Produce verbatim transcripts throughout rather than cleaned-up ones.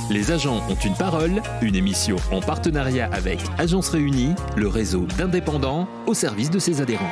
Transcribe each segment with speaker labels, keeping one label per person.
Speaker 1: Les agents ont une parole, une émission en partenariat avec Agences Réunies, le réseau d'indépendants au service de ses adhérents.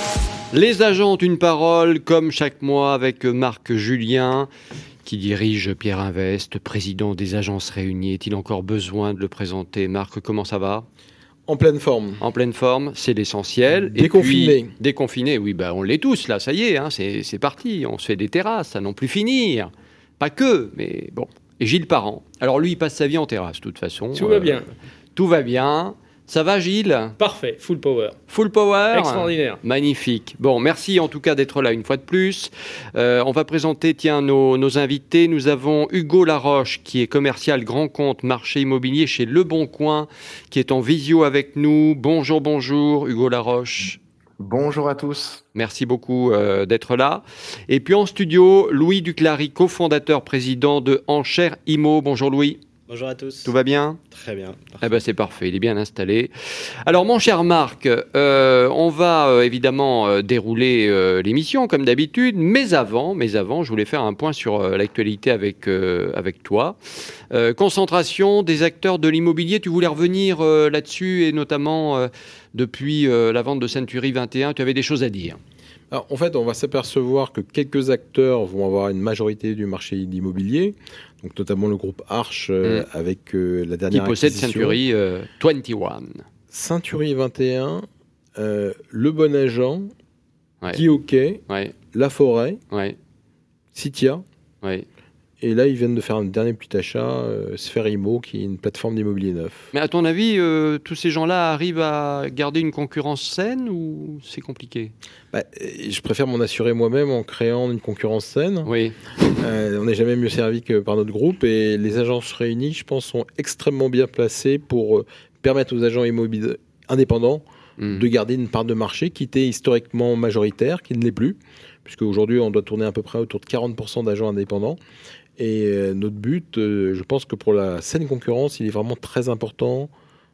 Speaker 2: Les agents ont une parole, comme chaque mois avec Marc Julien, qui dirige Pierre Invest, président des Agences Réunies. Est-il encore besoin de le présenter? Marc, comment ça va?
Speaker 3: En pleine forme.
Speaker 2: En pleine forme, c'est l'essentiel.
Speaker 3: Déconfiné.
Speaker 2: Et puis, déconfiné, oui, bah, on l'est tous, là, ça y est, hein, c'est, c'est parti. On se fait des terrasses, à n'en plus finir. Pas que, mais bon. Et Gilles Parent. Alors lui, il passe sa vie en terrasse, de toute façon.
Speaker 4: Tout va bien.
Speaker 2: Euh, tout va bien. Ça va, Gilles?
Speaker 4: Parfait, full power.
Speaker 2: Full power.
Speaker 4: Extraordinaire.
Speaker 2: Magnifique. Bon, merci en tout cas d'être là une fois de plus. Euh, on va présenter, tiens, nos, nos invités. Nous avons Hugo Laroche, qui est commercial grand compte marché immobilier chez Le Bon Coin, qui est en visio avec nous. Bonjour, bonjour, Hugo Laroche.
Speaker 5: Bonjour à tous.
Speaker 2: Merci beaucoup euh, d'être là. Et puis en studio, Louis Duclary, cofondateur, président de Enchères Immo. Bonjour Louis.
Speaker 6: Bonjour à tous.
Speaker 2: Tout va bien?
Speaker 6: Très bien.
Speaker 2: Eh ben c'est parfait, il est bien installé. Alors mon cher Marc, euh, on va euh, évidemment euh, dérouler euh, l'émission comme d'habitude, mais avant, mais avant, je voulais faire un point sur euh, l'actualité avec euh, avec toi. Euh, concentration des acteurs de l'immobilier. Tu voulais revenir euh, là-dessus et notamment euh, depuis euh, la vente de Century vingt et un, tu avais des choses à dire.
Speaker 3: Alors, en fait, on va s'apercevoir que quelques acteurs vont avoir une majorité du marché immobilier, donc notamment le groupe Arche euh, mmh. avec euh, la dernière
Speaker 2: qui possède
Speaker 3: acquisition.
Speaker 2: Century euh, vingt et un.
Speaker 3: Century vingt et un, euh, Le Bon Agent,
Speaker 2: ouais.
Speaker 3: Guy Hockey,
Speaker 2: ouais.
Speaker 3: La Forêt,
Speaker 2: ouais.
Speaker 3: Citia.
Speaker 2: Ouais.
Speaker 3: Et là, ils viennent de faire un dernier petit achat, euh, Sphère Immo, qui est une plateforme d'immobilier neuf.
Speaker 2: Mais à ton avis, euh, tous ces gens-là arrivent à garder une concurrence saine ou c'est compliqué?
Speaker 3: bah, Je préfère m'en assurer moi-même en créant une concurrence saine.
Speaker 2: Oui.
Speaker 3: Euh, on n'est jamais mieux servi que par notre groupe. Et les agences réunies, je pense, sont extrêmement bien placées pour euh, permettre aux agents immobiliers indépendants mmh. de garder une part de marché qui était historiquement majoritaire, qui ne l'est plus, puisque aujourd'hui, on doit tourner à peu près autour de quarante pour cent d'agents indépendants. Et euh, notre but, euh, je pense que pour la saine concurrence, il est vraiment très important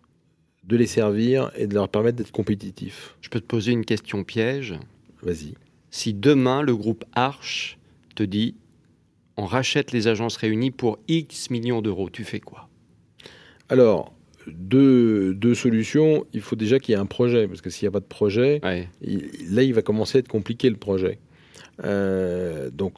Speaker 3: de les servir et de leur permettre d'être compétitifs.
Speaker 2: Je peux te poser une question piège?
Speaker 3: Vas-y.
Speaker 2: Si demain, le groupe Arche te dit on rachète les agences réunies pour X millions d'euros, tu fais quoi?
Speaker 3: Alors, deux, deux solutions. Il faut déjà qu'il y ait un projet, parce que s'il n'y a pas de projet,
Speaker 2: ouais.
Speaker 3: il, là, il va commencer à être compliqué, le projet. Euh, donc...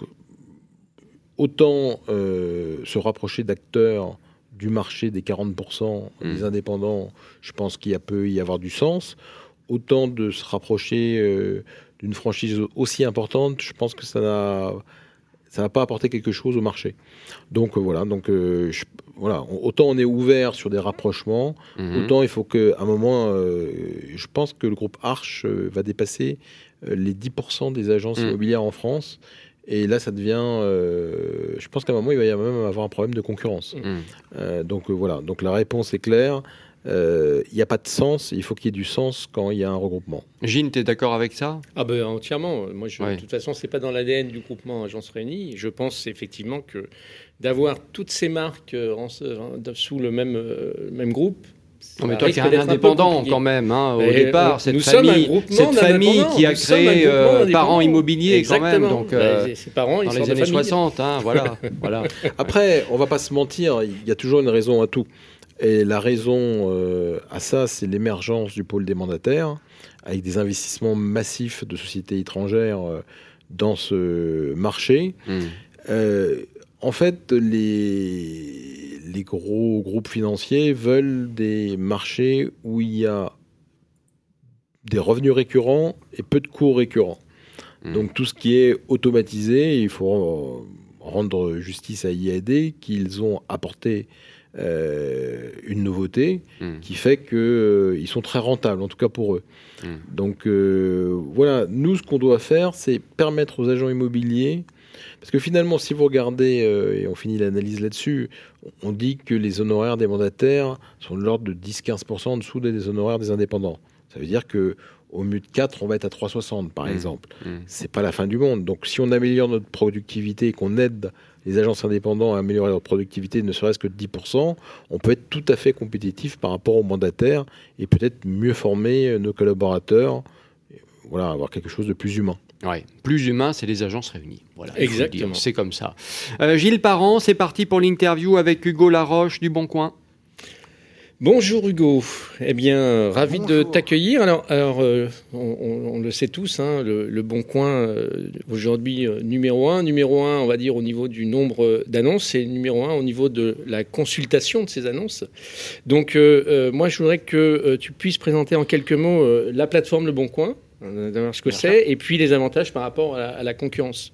Speaker 3: Autant euh, se rapprocher d'acteurs du marché des quarante pour cent mmh. des indépendants, je pense qu'il y a peut y avoir du sens. Autant de se rapprocher euh, d'une franchise aussi importante, je pense que ça n'a ça va pas apporter quelque chose au marché. Donc euh, voilà, donc euh, je, voilà, autant on est ouvert sur des rapprochements, mmh. autant il faut qu'à un moment, euh, je pense que le groupe Arche euh, va dépasser euh, les dix pour cent des agences mmh. immobilières en France. Et là, ça devient... Euh, je pense qu'à un moment, il va y avoir même avoir un problème de concurrence. Mmh. Euh, donc euh, voilà, donc la réponse est claire. Il euh, n'y a pas de sens, il faut qu'il y ait du sens quand il y a un regroupement.
Speaker 2: Gilles, tu es d'accord avec ça?
Speaker 4: Ah ben entièrement. Moi, je,
Speaker 2: ouais.
Speaker 4: de toute façon, c'est pas dans l'A D N du groupement Agences Réunies. Je pense effectivement que d'avoir toutes ces marques en, en, sous le même, euh, même groupe...
Speaker 2: Non, mais toi, tu es un indépendant quand même, hein, au
Speaker 4: mais
Speaker 2: départ,
Speaker 4: euh,
Speaker 2: cette famille, cette famille qui a créé euh, Parents Immobiliers quand même, donc euh,
Speaker 4: bah, parents,
Speaker 2: dans les années soixante, hein, voilà, voilà.
Speaker 3: Après, on va pas se mentir, il y a toujours une raison à tout. Et la raison euh, à ça, c'est l'émergence du pôle des mandataires, avec des investissements massifs de sociétés étrangères euh, dans ce marché. Mmh. Euh, en fait, les, les gros groupes financiers veulent des marchés où il y a des revenus récurrents et peu de coûts récurrents. Mmh. Donc tout ce qui est automatisé, il faut rendre justice à I A D qu'ils ont apporté euh, une nouveauté mmh. qui fait qu'ils euh, sont très rentables, en tout cas pour eux. Mmh. Donc euh, voilà, nous ce qu'on doit faire, c'est permettre aux agents immobiliers. Parce que finalement, si vous regardez, euh, et on finit l'analyse là-dessus, on dit que les honoraires des mandataires sont de l'ordre de dix à quinze pour cent en dessous des honoraires des indépendants. Ça veut dire qu'au mieux de quatre, on va être à trois virgule soixante par mmh. exemple. Mmh. C'est pas la fin du monde. Donc si on améliore notre productivité et qu'on aide les agences indépendants à améliorer leur productivité, ne serait-ce que de dix pour cent, on peut être tout à fait compétitif par rapport aux mandataires et peut-être mieux former nos collaborateurs, voilà, avoir quelque chose de plus humain.
Speaker 2: Ouais. Plus humain, c'est les agences réunies. Voilà,
Speaker 4: exactement.
Speaker 2: C'est comme ça. Euh, Gilles Parent, c'est parti pour l'interview avec Hugo Laroche du Bon Coin.
Speaker 4: Bonjour Hugo, eh bien ravi
Speaker 5: Bonjour.
Speaker 4: de t'accueillir. Alors, alors euh, on, on, on le sait tous, hein, le, le Bon Coin euh, aujourd'hui euh, numéro un, numéro un, on va dire au niveau du nombre d'annonces, et numéro un au niveau de la consultation de ces annonces. Donc euh, euh, moi je voudrais que euh, tu puisses présenter en quelques mots euh, la plateforme Le Bon Coin, euh, ce que
Speaker 5: Bien
Speaker 4: c'est,
Speaker 5: sûr.
Speaker 4: et puis les avantages par rapport à la, à la concurrence.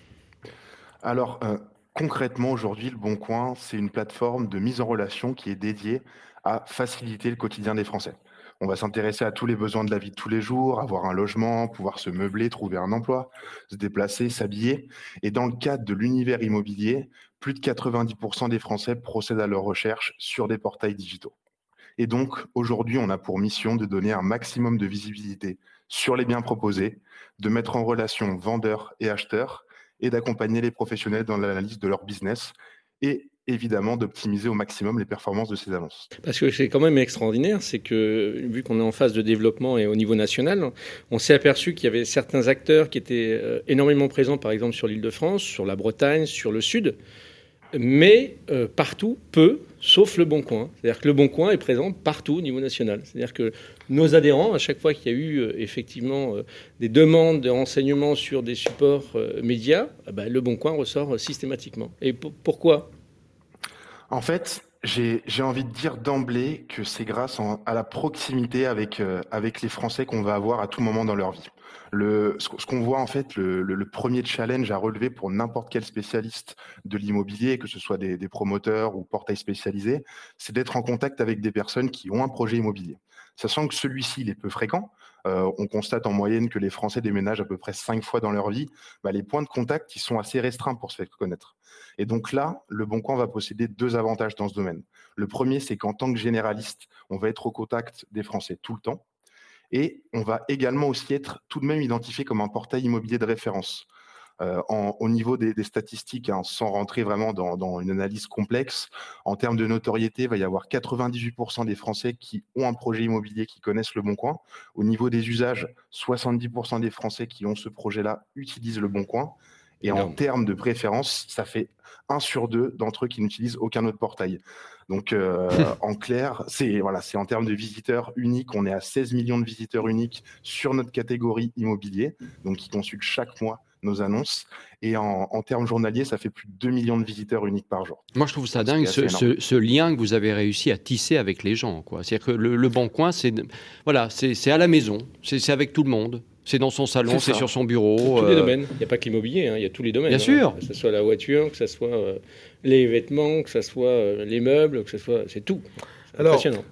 Speaker 5: Alors, euh, concrètement, aujourd'hui, Le Bon Coin, c'est une plateforme de mise en relation qui est dédiée à faciliter le quotidien des Français. On va s'intéresser à tous les besoins de la vie de tous les jours, avoir un logement, pouvoir se meubler, trouver un emploi, se déplacer, s'habiller. Et dans le cadre de l'univers immobilier, plus de quatre-vingt-dix pour cent des Français procèdent à leurs recherches sur des portails digitaux. Et donc, aujourd'hui, on a pour mission de donner un maximum de visibilité sur les biens proposés, de mettre en relation vendeurs et acheteurs et d'accompagner les professionnels dans l'analyse de leur business et évidemment d'optimiser au maximum les performances de ces annonces.
Speaker 4: Parce que c'est quand même extraordinaire, c'est que vu qu'on est en phase de développement et au niveau national, on s'est aperçu qu'il y avait certains acteurs qui étaient euh, énormément présents, par exemple sur l'Île-de-France, sur la Bretagne, sur le Sud, mais euh, partout, peu, sauf Le Bon Coin. C'est-à-dire que Le Bon Coin est présent partout au niveau national. C'est-à-dire que nos adhérents, à chaque fois qu'il y a eu euh, effectivement euh, des demandes de renseignements sur des supports euh, médias, eh ben, Le Bon Coin ressort euh, systématiquement. Et p- pourquoi ?
Speaker 5: En fait, j'ai j'ai envie de dire d'emblée que c'est grâce en- à la proximité avec, euh, avec les Français qu'on va avoir à tout moment dans leur vie. Le, ce, qu- ce qu'on voit en fait, le, le- le premier challenge à relever pour n'importe quel spécialiste de l'immobilier, que ce soit des, des promoteurs ou portails spécialisés, c'est d'être en contact avec des personnes qui ont un projet immobilier. Sachant que celui-ci, il est peu fréquent, euh, on constate en moyenne que les Français déménagent à peu près cinq fois dans leur vie, bah, les points de contact, ils sont assez restreints pour se faire connaître. Et donc là, Le Bon Coin va posséder deux avantages dans ce domaine. Le premier, c'est qu'en tant que généraliste, on va être au contact des Français tout le temps. Et on va également aussi être tout de même identifié comme un portail immobilier de référence. Euh, en, au niveau des, des statistiques, hein, sans rentrer vraiment dans, dans une analyse complexe, en termes de notoriété, il va y avoir quatre-vingt-dix-huit pour cent des Français qui ont un projet immobilier qui connaissent Le Bon Coin. Au niveau des usages, soixante-dix pour cent des Français qui ont ce projet-là utilisent Le Bon Coin. Et
Speaker 4: Énorme.
Speaker 5: en termes de préférence, ça fait un sur deux d'entre eux qui n'utilisent aucun autre portail. Donc, euh, en clair, c'est voilà, c'est en termes de visiteurs uniques, on est à seize millions de visiteurs uniques sur notre catégorie immobilier, donc qui consultent chaque mois nos annonces. Et en, en termes journaliers, ça fait plus de deux millions de visiteurs uniques par jour.
Speaker 2: Moi, je trouve ça
Speaker 5: Ce qui
Speaker 2: dingue,
Speaker 5: est
Speaker 2: ce,
Speaker 5: assez énorme.
Speaker 2: ce- ce lien que vous avez réussi à tisser avec les gens, quoi. C'est-à-dire que le, le Bon Coin, c'est voilà, c'est c'est à la maison, c'est c'est avec tout le monde, c'est dans son salon,
Speaker 5: C'est
Speaker 2: c'est
Speaker 5: ça.
Speaker 2: sur son bureau.
Speaker 4: Tous les
Speaker 2: euh,
Speaker 4: domaines. Il n'y a pas que l'immobilier, hein, il y a tous les domaines.
Speaker 2: Bien
Speaker 4: hein.
Speaker 2: sûr.
Speaker 4: Que ce soit la voiture, que ce soit euh, les vêtements, que ce soit euh, les meubles, que ce soit... C'est tout. C'est
Speaker 3: Alors,
Speaker 4: impressionnant.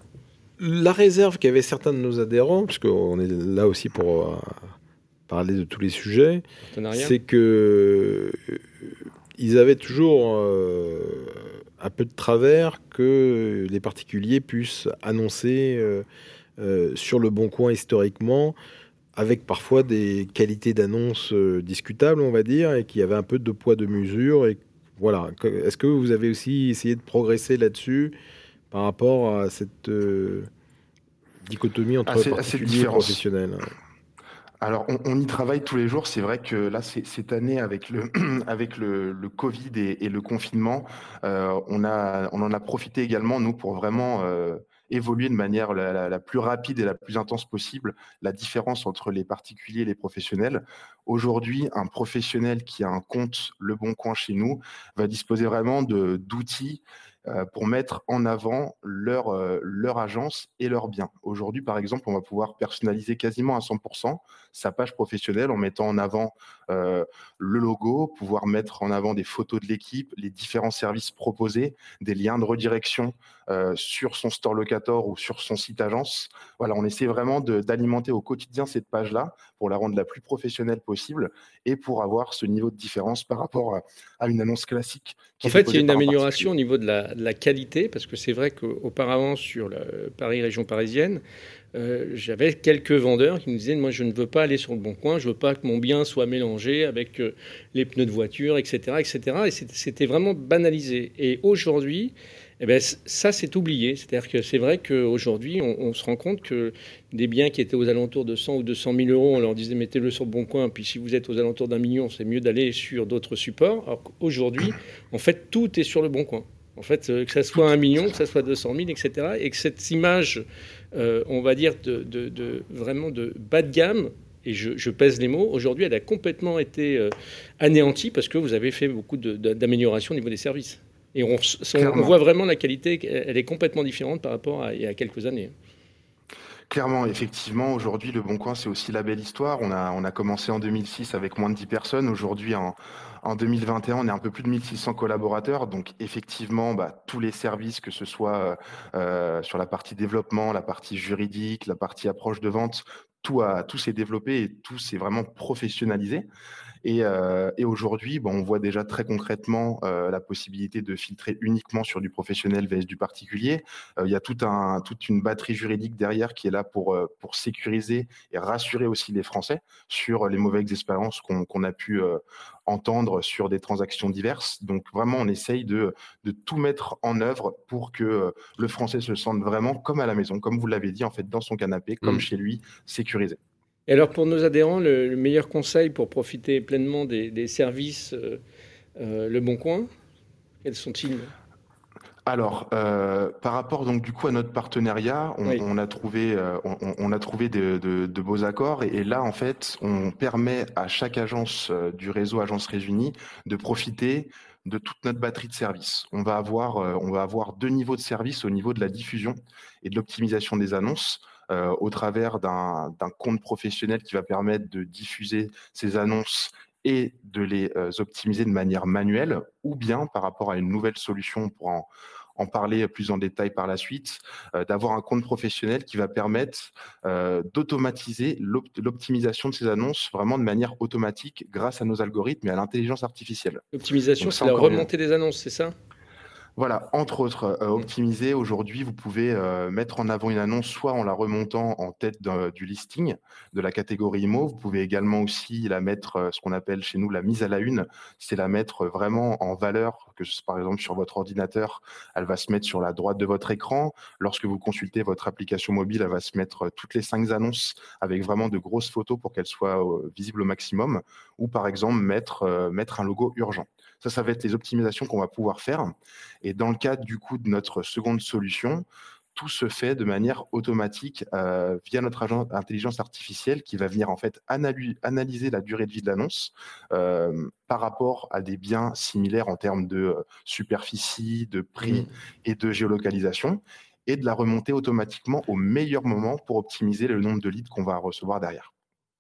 Speaker 3: La réserve qu'avaient certains de nos adhérents, puisqu'on est là aussi pour euh, parler de tous les sujets,
Speaker 4: Partenariat.
Speaker 3: c'est que euh, ils avaient toujours euh, un peu de travers que les particuliers puissent annoncer euh, euh, sur Le Bon Coin historiquement, avec parfois des qualités d'annonce euh, discutables, on va dire, et qui avaient un peu de poids de mesure. Et voilà. Que- Est-ce que vous avez aussi essayé de progresser là-dessus par rapport à cette euh, dichotomie entre
Speaker 5: Assez- assez
Speaker 3: particulier et
Speaker 5: différence.
Speaker 3: professionnel?
Speaker 5: Alors, on, on y travaille tous les jours. C'est vrai que là, c'est- cette année, avec le, avec le, le Covid et, et le confinement, euh, on, a, on en a profité également, nous, pour vraiment euh, évoluer de manière la, la- la plus rapide et la plus intense possible la différence entre les particuliers et les professionnels. Aujourd'hui, un professionnel qui a un compte Le Bon Coin chez nous va disposer vraiment de- d'outils euh, pour mettre en avant leur, euh, leur agence et leurs biens. Aujourd'hui, par exemple, on va pouvoir personnaliser quasiment à cent pour cent sa page professionnelle en mettant en avant euh, le logo, pouvoir mettre en avant des photos de l'équipe, les différents services proposés, des liens de redirection euh, sur son store locator ou sur son site agence. Voilà, on essaie vraiment de- d'alimenter au quotidien cette page-là pour la rendre la plus professionnelle possible et pour avoir ce niveau de différence par rapport à, à une annonce classique. Qui
Speaker 4: En
Speaker 5: est
Speaker 4: fait, il y
Speaker 5: déposée
Speaker 4: a une
Speaker 5: par un
Speaker 4: amélioration au
Speaker 5: particulier.
Speaker 4: niveau de la, de la qualité, parce que c'est vrai qu'auparavant, sur la Paris, région parisienne, euh, j'avais quelques vendeurs qui me disaient « Moi, je ne veux pas aller sur Le Bon Coin, je ne veux pas que mon bien soit mélangé avec euh, les pneus de voiture, et cetera et cetera » Et c'est- c'était vraiment banalisé. Et aujourd'hui, Eh ben, ça, c'est oublié. C'est-à-dire que c'est vrai qu'aujourd'hui, on, on se rend compte que des biens qui étaient aux alentours de cent ou deux cent mille euros, on leur disait mettez-le sur le bon coin, puis si vous êtes aux alentours d'un million, c'est mieux d'aller sur d'autres supports. Alors qu'aujourd'hui, en fait, tout est sur le bon coin. En fait, que ça soit un million, que ça soit deux cent mille, et cetera. Et que cette image, euh, on va dire, de, de, de, vraiment de bas de gamme, et je, je pèse les mots, aujourd'hui, elle a complètement été euh, anéantie parce que vous avez fait beaucoup de, de, d'améliorations au niveau des services. Et on, on, on voit vraiment la qualité, elle est complètement différente par rapport à il y a quelques années.
Speaker 5: Clairement, effectivement, aujourd'hui, Le Bon Coin, c'est aussi la belle histoire. On a, on a commencé en deux mille six avec moins de dix personnes. Aujourd'hui, en, en deux mille vingt et un, on est un peu plus de mille six cents collaborateurs. Donc, effectivement, bah, tous les services, que ce soit euh, sur la partie développement, la partie juridique, la partie approche de vente, tout, a, tout s'est développé et tout s'est vraiment professionnalisé. Et, euh, et aujourd'hui, bon, on voit déjà très concrètement euh, la possibilité de filtrer uniquement sur du professionnel versus du particulier. Euh, il y a tout un, toute une batterie juridique derrière qui est là pour, euh, pour sécuriser et rassurer aussi les Français sur les mauvaises expériences qu'on, qu'on a pu euh, entendre sur des transactions diverses. Donc vraiment, on essaye de, de tout mettre en œuvre pour que euh, le Français se sente vraiment comme à la maison, comme vous l'avez dit, en fait, dans son canapé, comme mmh. chez lui, sécurisé.
Speaker 4: Et alors, pour nos adhérents, le, le meilleur conseil pour profiter pleinement des, des services euh, euh, Le Bon Coin, quels sont-ils ?
Speaker 5: Alors, euh, par rapport donc du coup à notre partenariat, on, oui. on a trouvé, euh, on, on a trouvé de, de, de beaux accords et, et là en fait, on permet à chaque agence euh, du réseau Agences Réunies de profiter de toute notre batterie de services. On va avoir, euh, on va avoir deux niveaux de services au niveau de la diffusion et de l'optimisation des annonces. Euh, au travers d'un, d'un compte professionnel qui va permettre de diffuser ces annonces et de les euh, optimiser de manière manuelle, ou bien par rapport à une nouvelle solution pour en, en parler plus en détail par la suite, euh, d'avoir un compte professionnel qui va permettre euh, d'automatiser l'op- l'optimisation de ces annonces vraiment de manière automatique grâce à nos algorithmes et à l'intelligence artificielle.
Speaker 4: L'optimisation, Donc, c'est la remontée bien. des annonces, c'est ça ?
Speaker 5: Voilà, entre autres, euh, optimiser. Aujourd'hui, vous pouvez euh, mettre en avant une annonce soit en la remontant en tête de, du listing de la catégorie IMO. Vous pouvez également aussi la mettre, euh, ce qu'on appelle chez nous la mise à la une. C'est la mettre vraiment en valeur, que par exemple sur votre ordinateur, elle va se mettre sur la droite de votre écran. Lorsque vous consultez votre application mobile, elle va se mettre toutes les cinq annonces avec vraiment de grosses photos pour qu'elles soient euh, visibles au maximum. Ou par exemple, mettre, euh, mettre un logo urgent. Ça, ça va être les optimisations qu'on va pouvoir faire. Et dans le cadre du coup de notre seconde solution, tout se fait de manière automatique euh, via notre agent, intelligence artificielle qui va venir en fait analy- analyser la durée de vie de l'annonce euh, par rapport à des biens similaires en termes de euh, superficie, de prix mmh. et de géolocalisation, et de la remonter automatiquement au meilleur moment pour optimiser le nombre de leads qu'on va recevoir derrière.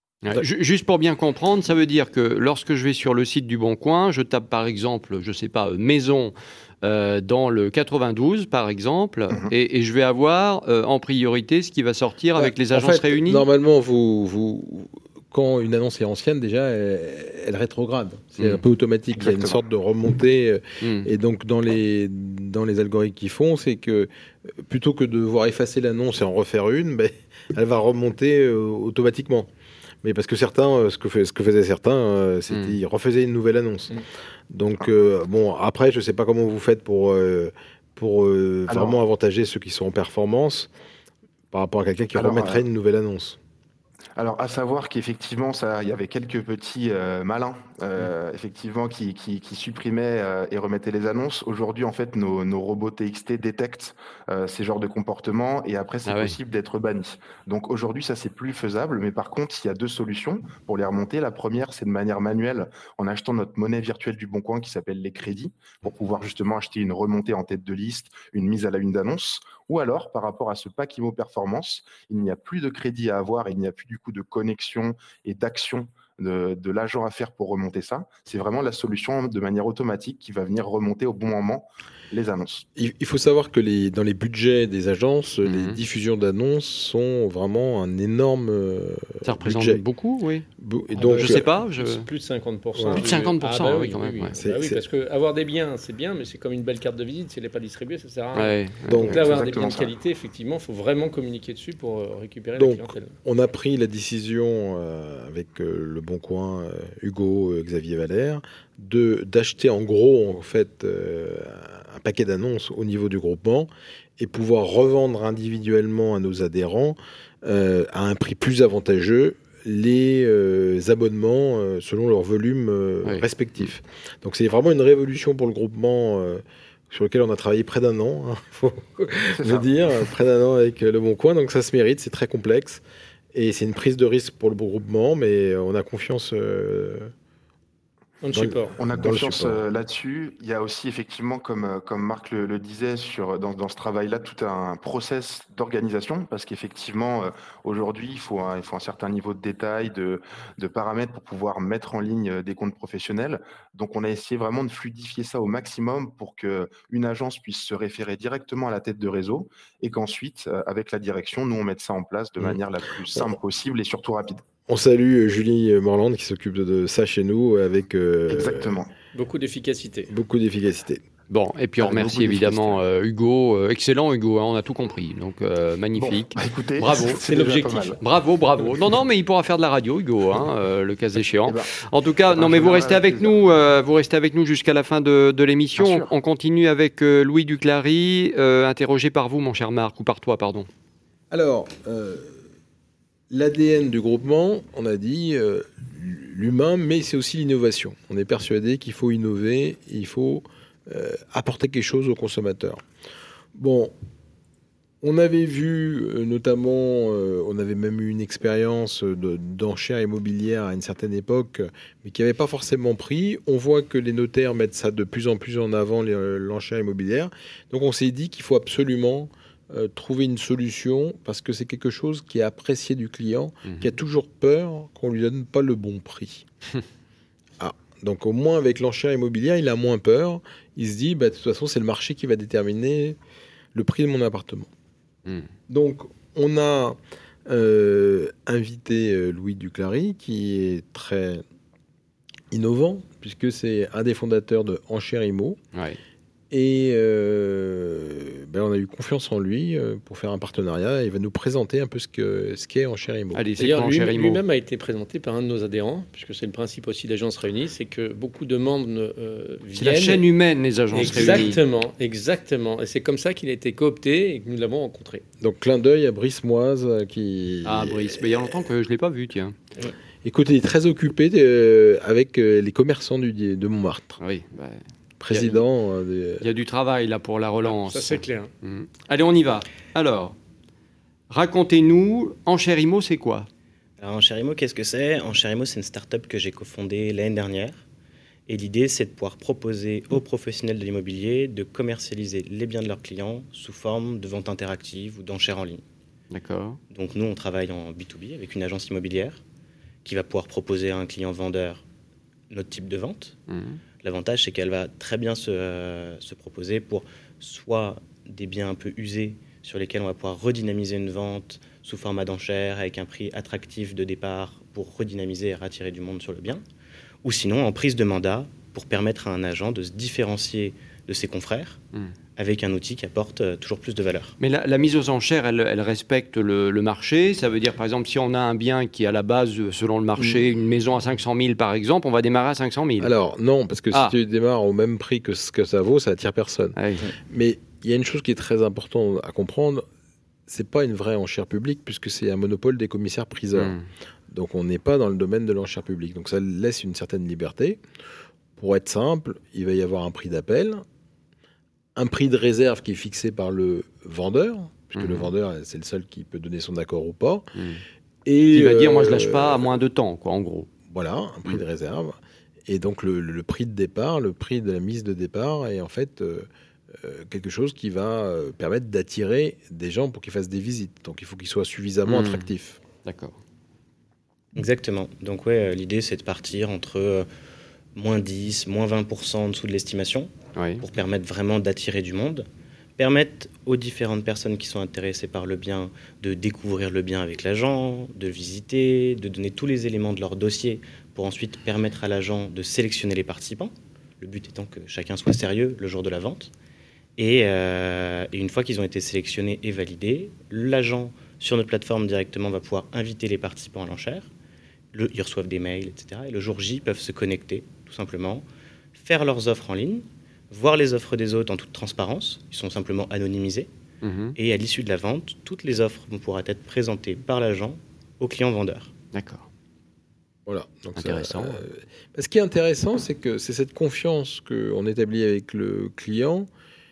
Speaker 2: Juste pour bien comprendre, ça veut dire que lorsque je vais sur le site du Bon Coin, je tape par exemple, je ne sais pas, maison euh, dans le quatre-vingt-douze par exemple, mmh. et, et je vais avoir euh, en priorité ce qui va sortir ouais, avec les agences en fait, réunies.
Speaker 3: Normalement, vous, vous, quand une annonce est ancienne, déjà, elle, elle rétrograde. C'est mmh. un peu automatique. Exactement. Il y a une sorte de remontée. Mmh. Et donc, dans les, dans les algorithmes qu'ils font, c'est que plutôt que de devoir effacer l'annonce et en refaire une, ben, elle va remonter euh, automatiquement. Mais parce que certains, ce que, fait, ce que faisaient certains, c'était mmh. ils refaisaient une nouvelle annonce. Mmh. Donc, euh, bon, après, je ne sais pas comment vous faites pour, euh, pour euh, alors, vraiment avantager ceux qui sont en performance par rapport à quelqu'un qui alors, remettrait euh, une nouvelle annonce.
Speaker 5: Alors, à savoir qu'effectivement, ça, il y avait quelques petits euh, malins, euh, mmh. effectivement, qui, qui, qui supprimaient euh, et remettaient les annonces. Aujourd'hui, en fait, nos, nos robots T X T détectent euh, ces genres de comportements et après, c'est ah possible ouais. d'être banni. Donc, aujourd'hui, ça, c'est plus faisable. Mais par contre, il y a deux solutions pour les remonter. La première, c'est de manière manuelle, en achetant notre monnaie virtuelle du Bon Coin qui s'appelle les crédits, pour pouvoir justement acheter une remontée en tête de liste, une mise à la une d'annonce. Ou alors, par rapport à ce pack IMO Performance, il n'y a plus de crédit à avoir, il n'y a plus du coup de connexion et d'action de, de l'agent à faire pour remonter ça. C'est vraiment la solution de manière automatique qui va venir remonter au bon moment les annonces.
Speaker 3: Il, il faut savoir que les, dans les budgets des agences, mmh. les diffusions d'annonces sont vraiment un énorme euh,
Speaker 2: Ça représente
Speaker 3: budget.
Speaker 2: beaucoup, oui.
Speaker 3: Et donc,
Speaker 2: je ne sais pas. Je...
Speaker 4: C'est plus de cinquante pour cent.
Speaker 2: Ouais. Plus de cinquante pour cent, ah bah oui, oui, quand même.
Speaker 4: Oui,
Speaker 2: ouais.
Speaker 4: c'est, bah oui, c'est... parce qu'avoir des biens, c'est bien, mais c'est comme une belle carte de visite. Si elle n'est pas distribuée, ça ne sert à rien.
Speaker 2: Ouais,
Speaker 4: donc
Speaker 2: ouais,
Speaker 4: là, avoir des biens de qualité, effectivement, il faut vraiment communiquer dessus pour récupérer
Speaker 3: donc,
Speaker 4: la clientèle.
Speaker 3: On a pris la décision euh, avec euh, le Bon Coin, euh, Hugo, euh, Xavier Valère, de, d'acheter en gros en fait euh, un paquet d'annonces au niveau du groupement et pouvoir revendre individuellement à nos adhérents euh, à un prix plus avantageux les euh, abonnements euh, selon leur volume euh, oui. respectif. Donc c'est vraiment une révolution pour le groupement euh, sur lequel on a travaillé près d'un an, il hein, faut le dire, près d'un an avec Le Bon Coin, donc ça se mérite, c'est très complexe et c'est une prise de risque pour le groupement, mais on a confiance euh,
Speaker 4: dans le support.
Speaker 5: On a confiance euh, là-dessus. Il y a aussi effectivement, comme, comme Marc le, le disait, sur, dans, dans ce travail-là, tout un process d'organisation, parce qu'effectivement, euh, aujourd'hui, il faut, un, il faut un certain niveau de détail, de, de paramètres pour pouvoir mettre en ligne des comptes professionnels. Donc, on a essayé vraiment de fluidifier ça au maximum pour qu'une agence puisse se référer directement à la tête de réseau et qu'ensuite, euh, avec la direction, nous, on mette ça en place de mmh. manière la plus simple possible et surtout rapide.
Speaker 3: On salue Julie Morland qui s'occupe de ça chez nous avec euh,
Speaker 5: exactement
Speaker 4: beaucoup d'efficacité.
Speaker 3: Beaucoup d'efficacité.
Speaker 2: Bon, et puis on avec remercie évidemment euh, Hugo, euh, excellent Hugo, hein, on a tout compris, donc euh, magnifique.
Speaker 5: Bon, bah écoutez,
Speaker 2: bravo,
Speaker 5: c'est,
Speaker 2: c'est l'objectif. Bravo, bravo. Non, non, mais il pourra faire de la radio, Hugo, hein, euh, le cas échéant. Eh ben, en tout cas, non, mais vous restez avec nous, euh, vous restez avec nous jusqu'à la fin de, de l'émission. On, on continue avec euh, Louis Duclari, euh, interrogé par vous, mon cher Marc, ou par toi, pardon.
Speaker 3: Alors. Euh... L'A D N du groupement, on a dit euh, l'humain, mais c'est aussi l'innovation. On est persuadé qu'il faut innover, il faut euh, apporter quelque chose aux consommateurs. Bon, on avait vu euh, notamment, euh, on avait même eu une expérience de, d'enchères immobilières à une certaine époque, mais qui n'avait pas forcément pris. On voit que les notaires mettent ça de plus en plus en avant, les, l'enchère immobilière. Donc on s'est dit qu'il faut absolument... Euh, trouver une solution parce que c'est quelque chose qui est apprécié du client, mmh. qui a toujours peur qu'on lui donne pas le bon prix. ah, donc au moins avec l'enchère immobilière, il a moins peur. Il se dit, bah, de toute façon, c'est le marché qui va déterminer le prix de mon appartement. Mmh. Donc on a euh, invité euh, Louis Duclari, qui est très innovant puisque c'est un des fondateurs de Enchères Immo.
Speaker 2: Ouais.
Speaker 3: Et euh, ben on a eu confiance en lui euh, pour faire un partenariat. Il va nous présenter un peu ce, que, ce qu'est Enchères Immo.
Speaker 4: Allez, c'est D'ailleurs, lui, lui-même a été présenté par un de nos adhérents, puisque c'est le principe aussi d'Agences Réunies, c'est que beaucoup de membres euh, viennent...
Speaker 2: C'est la chaîne humaine, les Agences
Speaker 4: exactement,
Speaker 2: Réunies.
Speaker 4: Exactement, exactement. Et c'est comme ça qu'il a été coopté et que nous l'avons rencontré.
Speaker 3: Donc, clin d'œil à Brice Moise qui...
Speaker 2: Ah, Brice, mais il y a longtemps que je ne l'ai pas vu, tiens.
Speaker 3: Ouais. Écoute, il est très occupé de, avec les commerçants du, de Montmartre.
Speaker 2: Oui, bah...
Speaker 3: Président.
Speaker 2: Il y, a, des... il y a du travail là pour la relance.
Speaker 4: Ça c'est clair.
Speaker 2: Mmh. Allez, on y va. Alors, racontez-nous, Enchères Immo, c'est quoi ?
Speaker 6: Alors, Enchères Immo, qu'est-ce que c'est ? Enchères Immo, c'est une start-up que j'ai cofondée l'année dernière. Et l'idée, c'est de pouvoir proposer aux professionnels de l'immobilier de commercialiser les biens de leurs clients sous forme de vente interactive ou d'enchères en ligne.
Speaker 2: D'accord.
Speaker 6: Donc, nous, on travaille en B deux B avec une agence immobilière qui va pouvoir proposer à un client vendeur notre type de vente. Mmh. L'avantage, c'est qu'elle va très bien se, euh, se proposer pour soit des biens un peu usés sur lesquels on va pouvoir redynamiser une vente sous format d'enchère avec un prix attractif de départ pour redynamiser et rattirer du monde sur le bien, ou sinon en prise de mandat pour permettre à un agent de se différencier de ses confrères mmh. avec un outil qui apporte euh, toujours plus de valeur.
Speaker 2: Mais la, la mise aux enchères, elle, elle respecte le, le marché. Ça veut dire, par exemple, si on a un bien qui, à la base, selon le marché, mmh. une maison à cinq cent mille, par exemple, on va démarrer à cinq cent mille.
Speaker 3: Alors, non, parce que ah. si tu démarres au même prix que ce que ça vaut, ça attire personne.
Speaker 2: Ah oui.
Speaker 3: Mais il y a une chose qui est très importante à comprendre, c'est pas une vraie enchère publique, puisque c'est un monopole des commissaires-priseurs. Mmh. Donc, on n'est pas dans le domaine de l'enchère publique. Donc, ça laisse une certaine liberté. Pour être simple, il va y avoir un prix d'appel, un prix de réserve qui est fixé par le vendeur, puisque mmh. le vendeur, c'est le seul qui peut donner son accord ou pas.
Speaker 2: Mmh. Et il va euh, dire, moi, je lâche pas à moins de temps, quoi, en gros.
Speaker 3: Voilà, un prix mmh. de réserve. Et donc, le, le prix de départ, le prix de la mise de départ est en fait euh, euh, quelque chose qui va euh, permettre d'attirer des gens pour qu'ils fassent des visites. Donc, il faut qu'il soit suffisamment mmh. attractif.
Speaker 2: D'accord.
Speaker 6: Exactement. Donc, ouais, l'idée, c'est de partir entre... Euh, moins dix, moins vingt pour cent en dessous de l'estimation,
Speaker 2: oui.
Speaker 6: pour permettre vraiment d'attirer du monde, permettre aux différentes personnes qui sont intéressées par le bien de découvrir le bien avec l'agent, de visiter, de donner tous les éléments de leur dossier pour ensuite permettre à l'agent de sélectionner les participants, le but étant que chacun soit sérieux le jour de la vente. Et, euh, et une fois qu'ils ont été sélectionnés et validés, l'agent sur notre plateforme directement va pouvoir inviter les participants à l'enchère. le, ils reçoivent des mails, et cetera. Et le jour J, ils peuvent se connecter, tout simplement, faire leurs offres en ligne, voir les offres des autres en toute transparence, ils sont simplement anonymisés, mmh. et à l'issue de la vente, toutes les offres vont pouvoir être présentées par l'agent au client vendeur.
Speaker 2: D'accord.
Speaker 3: Voilà. Donc
Speaker 2: intéressant.
Speaker 3: Ça, euh, ce qui est intéressant, c'est que c'est cette confiance qu'on établit avec le client.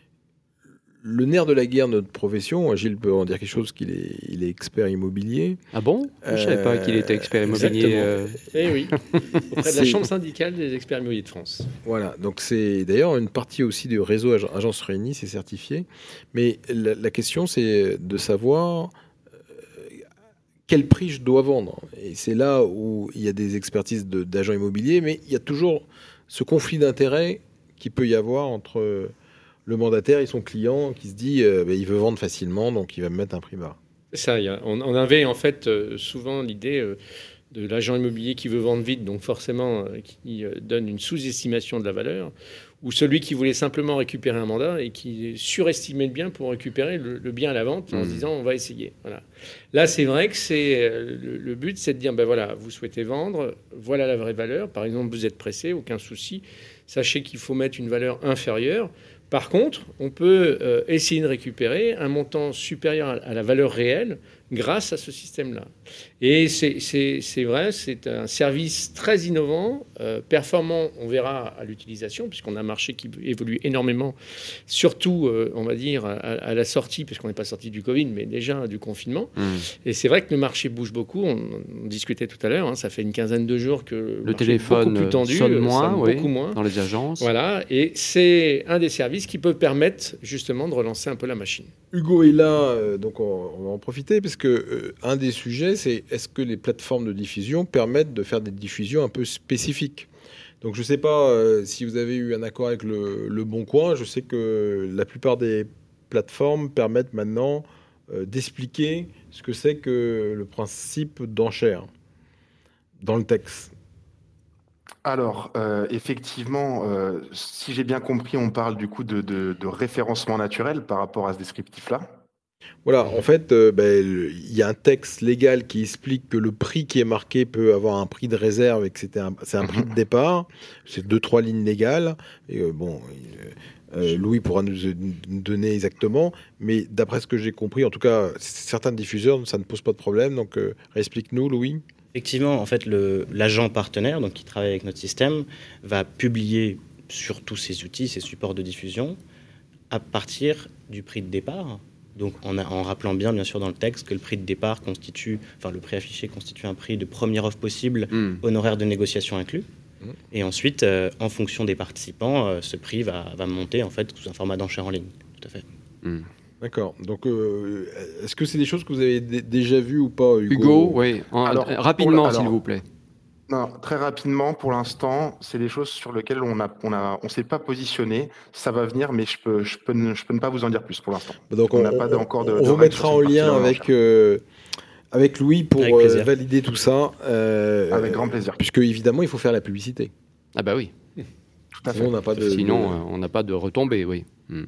Speaker 3: Le nerf de la guerre de notre profession, Gilles peut en dire quelque chose, qu'il est, il est expert immobilier.
Speaker 2: Ah bon ? Je ne savais
Speaker 3: euh,
Speaker 2: pas qu'il était expert immobilier. Euh...
Speaker 4: Eh oui, auprès de la Chambre syndicale des experts immobiliers de France.
Speaker 3: Voilà, donc c'est d'ailleurs une partie aussi du réseau Ag- Agences Réunies, c'est certifié. Mais la, la question, c'est de savoir euh, quel prix je dois vendre. Et c'est là où il y a des expertises de, d'agents immobiliers, mais il y a toujours ce conflit d'intérêts qu'il peut y avoir entre le mandataire et son client qui se dit euh, bah, il veut vendre facilement, donc il va me mettre un prix bas.
Speaker 4: Ça, y a, on, on avait en fait euh, souvent l'idée euh, de l'agent immobilier qui veut vendre vite, donc forcément euh, qui euh, donne une sous-estimation de la valeur, ou celui qui voulait simplement récupérer un mandat et qui surestimait le bien pour récupérer le, le bien à la vente en mmh. se disant on va essayer. Voilà. Là, c'est vrai que c'est euh, le, le but, c'est de dire ben voilà, vous souhaitez vendre, voilà la vraie valeur. Par exemple, vous êtes pressé, aucun souci. Sachez qu'il faut mettre une valeur inférieure. Par contre, on peut euh, essayer de récupérer un montant supérieur à la valeur réelle grâce à ce système-là. Et c'est, c'est, c'est vrai, c'est un service très innovant, euh, performant, on verra à l'utilisation, puisqu'on a un marché qui évolue énormément, surtout, euh, on va dire, à, à la sortie, puisqu'on n'est pas sorti du Covid, mais déjà du confinement. Mmh. Et c'est vrai que le marché bouge beaucoup. On, on discutait tout à l'heure, hein, ça fait une quinzaine de jours que le,
Speaker 2: le téléphone
Speaker 4: est beaucoup plus tendu,
Speaker 2: sonne moins,
Speaker 4: sonne
Speaker 2: oui,
Speaker 4: beaucoup moins
Speaker 2: dans les agences.
Speaker 4: Voilà, et c'est un des services qui peut permettre justement de relancer un peu la machine.
Speaker 3: Hugo est là, euh, donc on, on va en profiter, parce que euh, un des sujets, c'est est-ce que les plateformes de diffusion permettent de faire des diffusions un peu spécifiques. Donc je ne sais pas euh, si vous avez eu un accord avec le, le Bon Coin. Je sais que la plupart des plateformes permettent maintenant euh, d'expliquer ce que c'est que le principe d'enchère dans le texte.
Speaker 5: Alors, euh, effectivement, euh, si j'ai bien compris, on parle du coup de, de, de référencement naturel par rapport à ce descriptif-là.
Speaker 3: Voilà, en fait, euh, ben, il y a un texte légal qui explique que le prix qui est marqué peut avoir un prix de réserve et que c'était un, c'est un prix de départ. C'est deux, trois lignes légales. Et, euh, bon, euh, Louis pourra nous, nous donner exactement. Mais d'après ce que j'ai compris, en tout cas, certains diffuseurs, ça ne pose pas de problème. Donc, euh, explique-nous, Louis.
Speaker 6: Effectivement, en fait, le, l'agent partenaire, donc qui travaille avec notre système, va publier sur tous ces outils, ces supports de diffusion, à partir du prix de départ. Donc, en, a, en rappelant bien, bien sûr, dans le texte, que le prix de départ constitue, enfin, le prix affiché constitue un prix de première offre possible, mmh. honoraire de négociation inclus. Mmh. Et ensuite, euh, en fonction des participants, euh, ce prix va, va monter, en fait, sous un format d'enchère en ligne. Tout à fait.
Speaker 2: Mmh.
Speaker 3: D'accord. Donc, euh, est-ce que c'est des choses que vous avez d- déjà vues ou pas, Hugo ?
Speaker 2: Hugo, oui. En, alors, rapidement, alors, s'il vous plaît.
Speaker 5: Non, très rapidement, pour l'instant, c'est des choses sur lesquelles on a, on a, on s'est pas positionné. Ça va venir, mais je peux, je peux, ne, je peux ne pas vous en dire plus pour l'instant.
Speaker 3: Donc, on n'a pas encore de. On vous mettra en lien avec euh, avec Louis pour euh, valider tout ça. Euh,
Speaker 5: avec grand plaisir.
Speaker 3: Puisque évidemment, il faut faire la publicité.
Speaker 2: Ah bah oui.
Speaker 5: Tout à fait.
Speaker 3: Sinon, on n'a pas de.
Speaker 2: Sinon,
Speaker 3: de...
Speaker 2: euh, on n'a pas de retombées, oui. Hmm.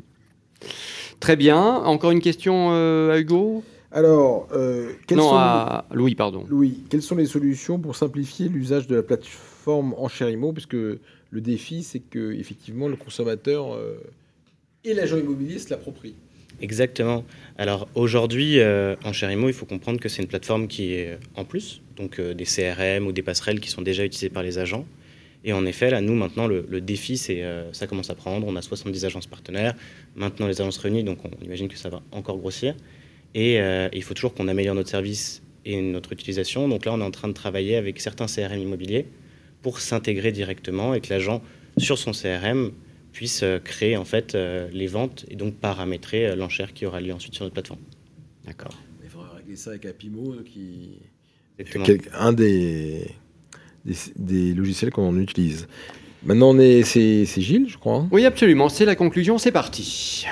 Speaker 2: Très bien. Encore une question euh, à Hugo ?
Speaker 3: Alors, euh, quelles
Speaker 2: non,
Speaker 3: sont
Speaker 2: à les... Louis, pardon.
Speaker 3: Louis, quelles sont les solutions pour simplifier l'usage de la plateforme Enchère Immo ? Parce que le défi, c'est que effectivement, le consommateur euh, et l'agent immobilier se l'approprient.
Speaker 6: Exactement. Alors aujourd'hui, euh, Enchère Immo, il faut comprendre que c'est une plateforme qui est en plus, donc euh, des C R M ou des passerelles qui sont déjà utilisées par les agents. Et en effet, là, nous, maintenant, le, le défi, c'est euh, ça commence à prendre. On a soixante-dix agences partenaires. Maintenant, les agences réunies, donc on imagine que ça va encore grossir. Et euh, il faut toujours qu'on améliore notre service et notre utilisation. Donc là, on est en train de travailler avec certains C R M immobiliers pour s'intégrer directement et que l'agent, sur son C R M, puisse euh, créer en fait euh, les ventes et donc paramétrer euh, l'enchère qui aura lieu ensuite sur notre plateforme.
Speaker 3: D'accord. Il faudra régler ça avec Apimo, qui
Speaker 6: Exactement.
Speaker 3: est un des, des, des logiciels qu'on utilise. Maintenant, on est, c'est, c'est Gilles, je crois. Hein.
Speaker 2: Oui, absolument. C'est la conclusion. C'est parti.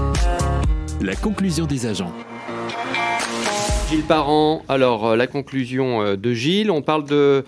Speaker 1: La conclusion des agents.
Speaker 2: Gilles Parent, alors la conclusion de Gilles, on parle de,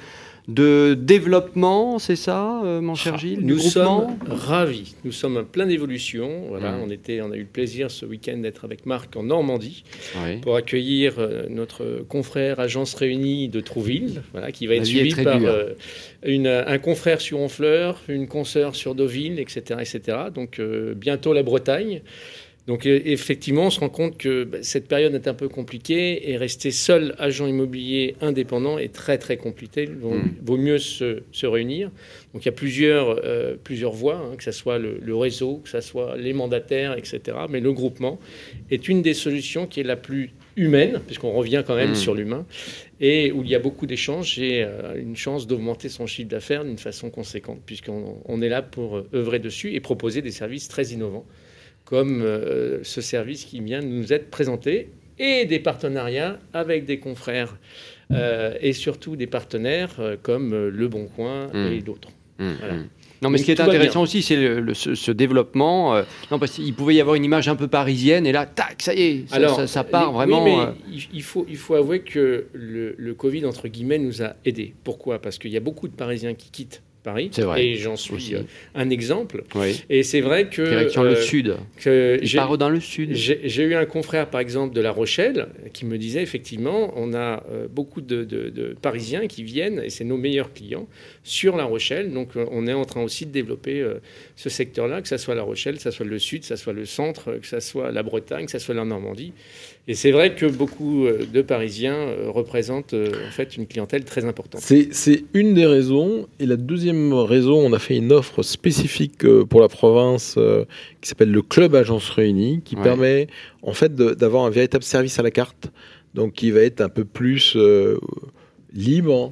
Speaker 2: de développement, c'est ça, euh, mon cher Gilles?
Speaker 4: Nous
Speaker 2: groupement
Speaker 4: sommes ravis. Nous sommes en pleine évolution. Voilà,
Speaker 2: Mmh.
Speaker 4: on, était, on a eu le plaisir ce week-end d'être avec Marc en Normandie
Speaker 2: Oui.
Speaker 4: pour accueillir euh, notre confrère Agence Réunie de Trouville, voilà, qui va
Speaker 2: La
Speaker 4: être
Speaker 2: vie est
Speaker 4: suivi
Speaker 2: très
Speaker 4: par
Speaker 2: dure.
Speaker 4: euh, une, un confrère sur Honfleur, une consoeur sur Deauville, et cetera, et cetera. Donc euh, bientôt la Bretagne. Donc euh, effectivement, on se rend compte que bah, cette période est un peu compliquée et rester seul agent immobilier indépendant est très très compliqué. Il vaut,
Speaker 2: Mm.
Speaker 4: vaut mieux se, se réunir. Donc il y a plusieurs, euh, plusieurs voies, hein, que ce soit le, le réseau, que ce soit les mandataires, et cetera. Mais le groupement est une des solutions qui est la plus humaine, puisqu'on revient quand même
Speaker 2: Mm.
Speaker 4: sur l'humain, et où il y a beaucoup d'échanges et euh, une chance d'augmenter son chiffre d'affaires d'une façon conséquente, puisqu'on on est là pour œuvrer dessus et proposer des services très innovants, comme euh, ce service qui vient de nous être présenté, et des partenariats avec des confrères euh, et surtout des partenaires euh, comme euh, Le Bon Coin
Speaker 2: Mm.
Speaker 4: et d'autres.
Speaker 2: Mmh,
Speaker 4: Voilà.
Speaker 2: mmh. Non, mais
Speaker 4: Donc,
Speaker 2: ce qui est
Speaker 4: tout va
Speaker 2: intéressant
Speaker 4: bien.
Speaker 2: aussi, c'est le, le- ce, ce développement. euh, non, parce qu'il pouvait y avoir une image un peu parisienne, et là, tac, ça y est, ça, ça, ça part
Speaker 4: les-
Speaker 2: vraiment.
Speaker 4: Oui, mais
Speaker 2: euh,
Speaker 4: il- il, faut, il faut avouer que le, le Covid, entre guillemets, nous a aidés. Pourquoi? Parce qu'il y a beaucoup de Parisiens qui quittent Paris.
Speaker 2: C'est vrai.
Speaker 4: Et j'en suis
Speaker 2: Aussi.
Speaker 4: euh, un exemple.
Speaker 2: oui.
Speaker 4: Et c'est vrai que...
Speaker 2: Direction le
Speaker 4: euh,
Speaker 2: sud.
Speaker 4: que
Speaker 2: Il
Speaker 4: j'ai-
Speaker 2: part dans le sud.
Speaker 4: J'ai j'ai eu un confrère, par exemple, de La Rochelle, qui me disait, effectivement, on a euh, beaucoup de, de- de Parisiens qui viennent, et c'est nos meilleurs clients, sur La Rochelle. Donc, euh, on est en train aussi de développer euh, ce secteur-là, que ce soit La Rochelle, que ce soit le sud, que ce soit le centre, que ce soit la Bretagne, que ce soit la Normandie. Et c'est vrai que beaucoup euh, de Parisiens euh, représentent euh, en fait une clientèle très importante.
Speaker 3: C'est c'est une des raisons. Et la deuxième raison, on a fait une offre spécifique euh, pour la province euh, qui s'appelle le Club Agence Réunie, qui
Speaker 2: Ouais.
Speaker 3: permet en fait de- d'avoir un véritable service à la carte, donc qui va être un peu plus euh, libre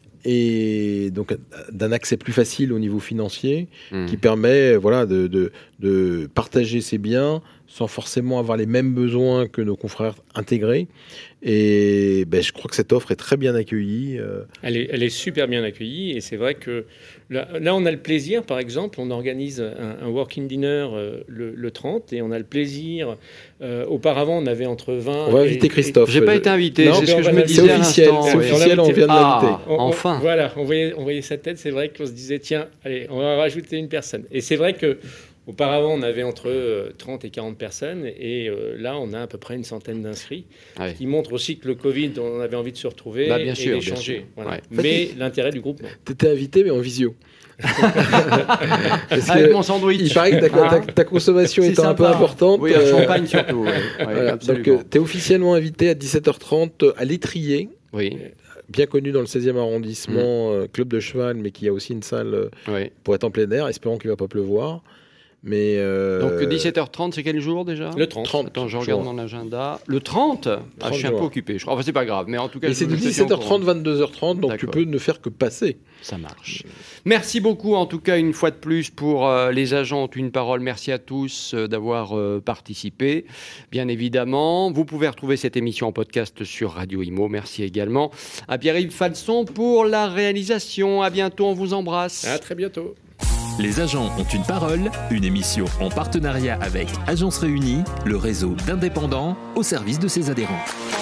Speaker 3: et donc d'un accès plus facile au niveau financier,
Speaker 2: Mmh.
Speaker 3: qui permet voilà, de, de, de partager ses biens sans forcément avoir les mêmes besoins que nos confrères intégrés. Et ben, je crois que cette offre est très bien accueillie. euh,
Speaker 4: Elle est, elle est super bien accueillie et c'est vrai que là, là, on a le plaisir, par exemple, on organise un, un working dinner euh, le, le trente et on a le plaisir, euh, auparavant on avait entre vingt...
Speaker 3: On va
Speaker 4: et-
Speaker 3: inviter
Speaker 4: et-
Speaker 3: Christophe.
Speaker 2: J'ai pas été invité,
Speaker 3: Non,
Speaker 2: c'est
Speaker 3: mais
Speaker 2: ce
Speaker 3: on
Speaker 2: que je
Speaker 3: va
Speaker 2: me
Speaker 3: l'inviter.
Speaker 2: disais
Speaker 3: C'est
Speaker 2: à
Speaker 3: officiel,
Speaker 2: l'instant.
Speaker 3: c'est
Speaker 2: oui.
Speaker 3: officiel, on vient de
Speaker 2: Ah,
Speaker 3: l'inviter.
Speaker 4: On- on-
Speaker 2: enfin.
Speaker 4: Voilà, on voyait, on voyait sa tête, c'est vrai qu'on se disait, tiens, allez, on va rajouter une personne. Et c'est vrai que auparavant, on avait entre euh, trente et quarante personnes et euh, là, on a à peu près une centaine d'inscrits,
Speaker 2: Ouais.
Speaker 4: ce qui montre aussi que le Covid, on avait envie de se retrouver
Speaker 2: Bah, bien
Speaker 4: et
Speaker 2: sûr, bien
Speaker 4: d'échanger.
Speaker 2: sûr.
Speaker 4: Voilà.
Speaker 2: Ouais.
Speaker 4: Mais l'intérêt du groupe, non.
Speaker 3: T'étais invité, mais en visio. Parce
Speaker 2: Avec
Speaker 3: que
Speaker 2: mon sandwich.
Speaker 3: il paraît que ta,
Speaker 2: Ah.
Speaker 3: ta- ta consommation
Speaker 2: C'est
Speaker 3: étant un peu
Speaker 2: sympa.
Speaker 3: importante.
Speaker 2: Oui, un
Speaker 3: euh,
Speaker 2: champagne surtout. oui. Oui,
Speaker 3: voilà. Donc,
Speaker 2: absolument.
Speaker 3: tu es officiellement invité à dix-sept heures trente à l'Étrier,
Speaker 2: Oui,
Speaker 3: bien connu dans le seizième arrondissement, euh, club de cheval, mais qui a aussi une salle euh,
Speaker 2: oui.
Speaker 3: pour être en plein air. Espérons qu'il ne va pas pleuvoir. Mais euh,
Speaker 2: Donc dix-sept heures trente, c'est quel jour déjà?
Speaker 4: Le trente.
Speaker 3: trente.
Speaker 2: Attends, je regarde
Speaker 3: juin.
Speaker 2: mon agenda. Le trente, ah, Je suis un peu
Speaker 3: juin.
Speaker 2: occupé, je crois. Enfin, c'est pas grave, mais en tout cas,
Speaker 3: Et
Speaker 2: je
Speaker 3: c'est de
Speaker 2: je te tiens au
Speaker 3: dix-sept heures trente,
Speaker 2: courant.
Speaker 3: vingt-deux heures trente, donc tu
Speaker 2: D'accord.
Speaker 3: peux ne faire que passer.
Speaker 2: Ça marche. Merci beaucoup, en tout cas, une fois de plus, pour euh, les agents ont une parole. Merci à tous euh, d'avoir euh, participé. Bien évidemment, vous pouvez retrouver cette émission en podcast sur Radio Imo. Merci également à Pierre-Yves Falson pour la réalisation. À bientôt, on vous embrasse.
Speaker 4: À très bientôt.
Speaker 1: Les agents ont une parole, une émission en partenariat avec Agence Réunie, le réseau d'indépendants au service de ses adhérents.